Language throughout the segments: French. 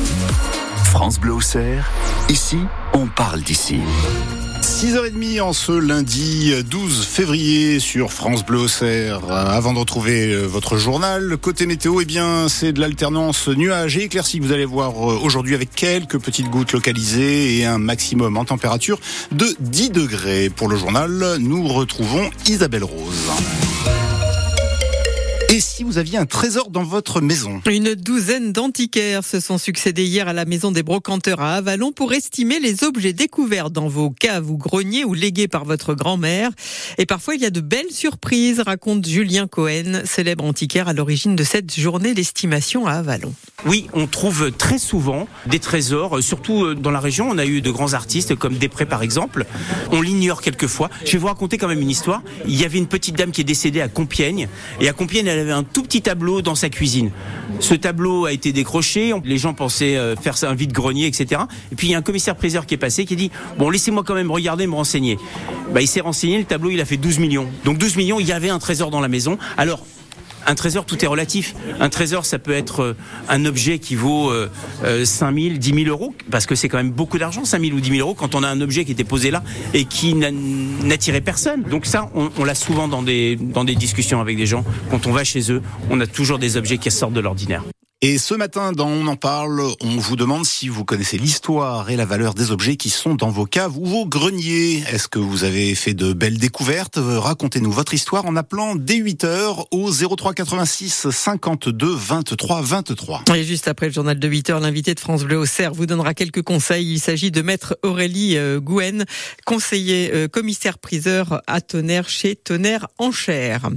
France Bleu Auxerre, ici, on parle d'ici. 6h30 en ce lundi 12 février sur France Bleu Auxerre. Avant de retrouver votre journal, côté météo, c'est de l'alternance nuages et éclaircies que vous allez voir aujourd'hui avec quelques petites gouttes localisées et un maximum en température de 10 degrés. Pour le journal, nous retrouvons Isabelle Rose. Et si vous aviez un trésor dans votre maison? Une douzaine d'antiquaires se sont succédés hier à la maison des brocanteurs à Avallon pour estimer les objets découverts dans vos caves ou greniers ou légués par votre grand-mère. Et parfois, il y a de belles surprises, raconte Julien Cohen, célèbre antiquaire à l'origine de cette journée d'estimation à Avallon. Oui, on trouve très souvent des trésors, surtout dans la région. On a eu de grands artistes comme Després par exemple. On l'ignore quelquefois. Je vais vous raconter quand même une histoire. Il y avait une petite dame qui est décédée à Compiègne. Et à Compiègne, elle avait un tout petit tableau dans sa cuisine. Ce tableau a été décroché. Les gens pensaient faire un vide-grenier, etc. Et puis il y a un commissaire-priseur qui est passé qui dit « Bon, laissez-moi quand même regarder, me renseigner ». Il s'est renseigné, le tableau il a fait 12 millions. Donc 12 millions, il y avait un trésor dans la maison. Alors, un trésor, tout est relatif. Un trésor, ça peut être un objet qui vaut 5 000, 10 000 euros, parce que c'est quand même beaucoup d'argent, 5 000 ou 10 000 euros, quand on a un objet qui était posé là et qui n'attirait personne. Donc ça, on l'a souvent dans des discussions avec des gens. Quand on va chez eux, on a toujours des objets qui sortent de l'ordinaire. Et ce matin, dans On en parle, on vous demande si vous connaissez l'histoire et la valeur des objets qui sont dans vos caves ou vos greniers. Est-ce que vous avez fait de belles découvertes? Racontez-nous votre histoire en appelant dès 8h au 03 86 52 23 23. Et juste après le journal de 8h, l'invité de France Bleu Auxerre vous donnera quelques conseils. Il s'agit de maître Aurélie Gouen, conseiller commissaire-priseur à Tonnerre chez Tonnerre Enchères.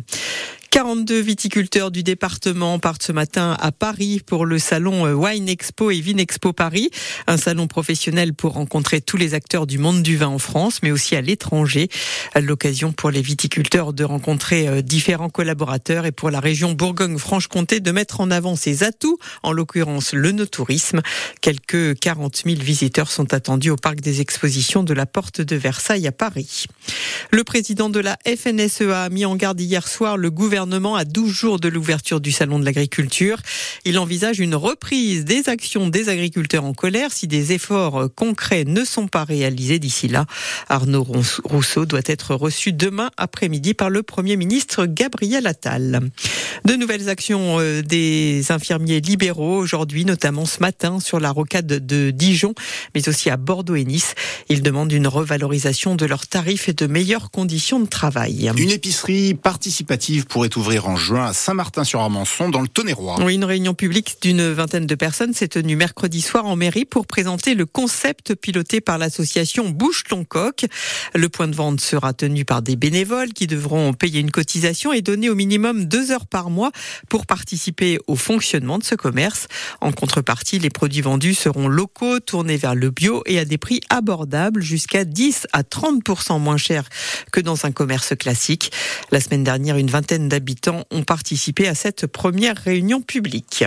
42 viticulteurs du département partent ce matin à Paris pour le salon Wine Expo et Vinexpo Paris, un salon professionnel pour rencontrer tous les acteurs du monde du vin en France, mais aussi à l'étranger. L'occasion pour les viticulteurs de rencontrer différents collaborateurs et pour la région Bourgogne-Franche-Comté de mettre en avant ses atouts, en l'occurrence le no-tourisme. Quelques 40 000 visiteurs sont attendus au parc des expositions de la Porte de Versailles à Paris. Le président de la FNSEA a mis en garde hier soir le gouvernement à 12 jours de l'ouverture du salon de l'agriculture. Il envisage une reprise des actions des agriculteurs en colère si des efforts concrets ne sont pas réalisés d'ici là. Arnaud Rousseau doit être reçu demain après-midi par le Premier ministre Gabriel Attal. De nouvelles actions des infirmiers libéraux aujourd'hui, notamment ce matin sur la rocade de Dijon, mais aussi à Bordeaux et Nice. Ils demandent une revalorisation de leurs tarifs et de meilleures conditions de travail. Une épicerie participative pourrait ouvrir en juin à Saint-Martin-sur-Armançon dans le Tonnerrois. Oui, une réunion publique d'une vingtaine de personnes s'est tenue mercredi soir en mairie pour présenter le concept piloté par l'association Bouge ton coq. Le point de vente sera tenu par des bénévoles qui devront payer une cotisation et donner au minimum 2 heures par mois pour participer au fonctionnement de ce commerce. En contrepartie, les produits vendus seront locaux, tournés vers le bio et à des prix abordables, jusqu'à 10 à 30% moins chers que dans un commerce classique. La semaine dernière, une vingtaine d'habitants ont participé à cette première réunion publique.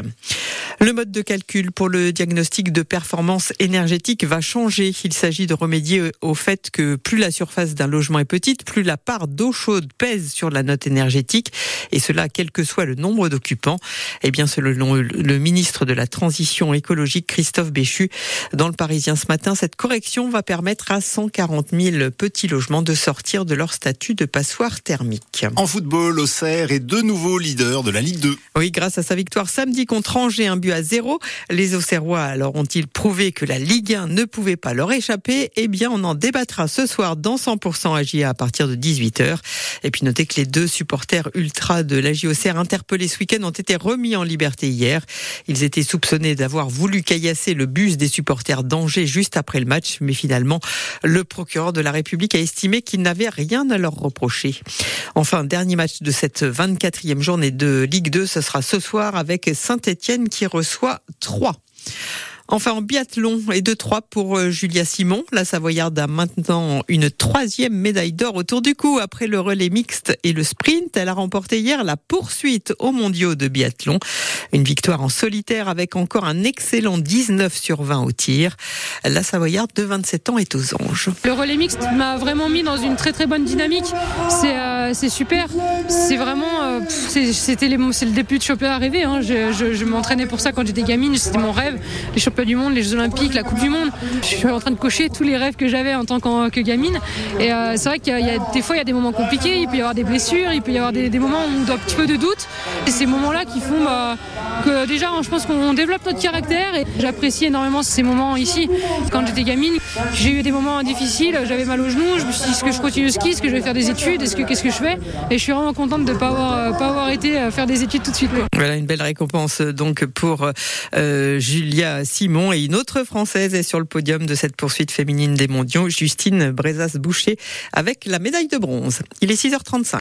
Le mode de calcul pour le diagnostic de performance énergétique va changer. Il s'agit de remédier au fait que plus la surface d'un logement est petite, plus la part d'eau chaude pèse sur la note énergétique, et cela quel que soit le nombre d'occupants. Selon le ministre de la Transition écologique, Christophe Béchu, dans le Parisien ce matin, cette correction va permettre à 140 000 petits logements de sortir de leur statut de passoire thermique. En football, Auxerre est de nouveau leader de la Ligue 2. Oui, grâce à sa victoire samedi contre Angers, 1-0. Les Auxerrois ont-ils prouvé que la Ligue 1 ne pouvait pas leur échapper? On en débattra ce soir dans 100% AJA à partir de 18h. Et puis notez que les 2 supporters ultras de l'AJ Auxerre interpellés ce week-end ont été remis en liberté hier. Ils étaient soupçonnés d'avoir voulu caillasser le bus des supporters d'Angers juste après le match, mais finalement, le procureur de la République a estimé qu'il n'avait rien à leur reprocher. Enfin, dernier match de cette 24e journée de Ligue 2, ce sera ce soir avec Saint-Étienne qui reçoit Troyes. Enfin, en biathlon et de 3 pour Julia Simon. La Savoyarde a maintenant une 3e médaille d'or autour du cou. Après le relais mixte et le sprint, elle a remporté hier la poursuite aux mondiaux de biathlon. Une victoire en solitaire avec encore un excellent 19/20 au tir. La Savoyarde de 27 ans est aux anges. Le relais mixte m'a vraiment mis dans une très très bonne dynamique. C'est super. C'est vraiment c'est le début de championnat rêvé. Je m'entraînais pour ça quand j'étais gamine. C'était mon rêve. Les championnats du monde, les Jeux Olympiques, la Coupe du Monde. Je suis en train de cocher tous les rêves que j'avais en tant que gamine. Et c'est vrai qu'il y a des fois, il y a des moments compliqués. Il peut y avoir des blessures. Il peut y avoir des moments où on a un petit peu de doute. Et ces moments-là qui font que déjà, je pense qu'on développe notre caractère. Et j'apprécie énormément ces moments ici. Quand j'étais gamine, j'ai eu des moments difficiles. J'avais mal aux genoux. Je me suis dit, est-ce que je continue le ski? Est-ce que je vais faire des études? Qu'est-ce que je fais? Et je suis vraiment contente de ne pas avoir été faire des études tout de suite. Voilà une belle récompense donc pour Julia Simon, et une autre Française est sur le podium de cette poursuite féminine des mondiaux, Justine Brezas-Boucher, avec la médaille de bronze. Il est 6h35.